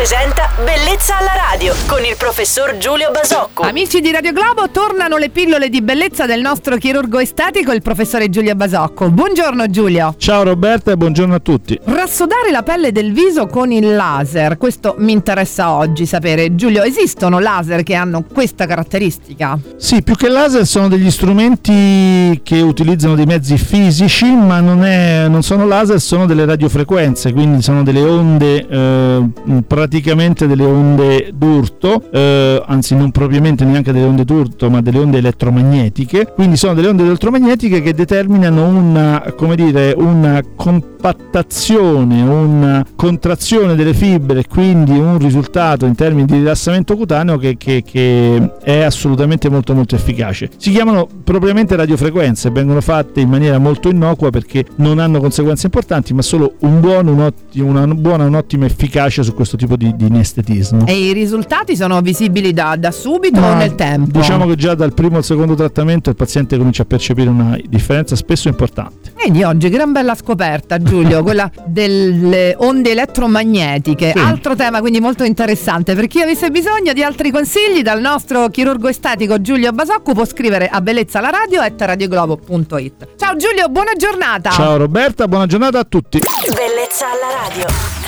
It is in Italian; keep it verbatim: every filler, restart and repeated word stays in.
presenta Bellezza alla radio con il professor Giulio Basocco. Amici di Radio Globo, tornano le pillole di bellezza del nostro chirurgo estetico, il professore Giulio Basocco. Buongiorno Giulio. Ciao Roberta e buongiorno a tutti. Rassodare la pelle del viso con il laser, questo mi interessa oggi sapere. Giulio, esistono laser che hanno questa caratteristica? Sì, più che laser sono degli strumenti che utilizzano dei mezzi fisici, ma non, è, non sono laser, sono delle radiofrequenze, quindi sono delle onde, eh, praticamente delle onde d'urto, eh, anzi non propriamente neanche delle onde d'urto, ma delle onde elettromagnetiche. Quindi sono delle onde elettromagnetiche che determinano una, come dire, una compattazione, una contrazione delle fibre, quindi un risultato in termini di rilassamento cutaneo che, che, che è assolutamente molto molto efficace. Si chiamano propriamente radiofrequenze, vengono fatte in maniera molto innocua perché non hanno conseguenze importanti, ma solo un buono, un ottimo, una buona, un'ottima efficacia su questo tipo di, di inestetismo. E i risultati sono visibili da, da subito ma o nel tempo? Diciamo che già dal primo al secondo trattamento il paziente comincia a percepire una differenza spesso importante. Vedi oggi, gran bella scoperta Giulio, quella delle onde elettromagnetiche, sì. Altro tema quindi molto interessante. Per chi avesse bisogno di altri consigli dal nostro chirurgo estetico Giulio Basocco può scrivere a bellezzalaradio chiocciola radioglobo punto it. Ciao Giulio, buona giornata. Ciao Roberta, buona giornata a tutti. Bellezza alla radio.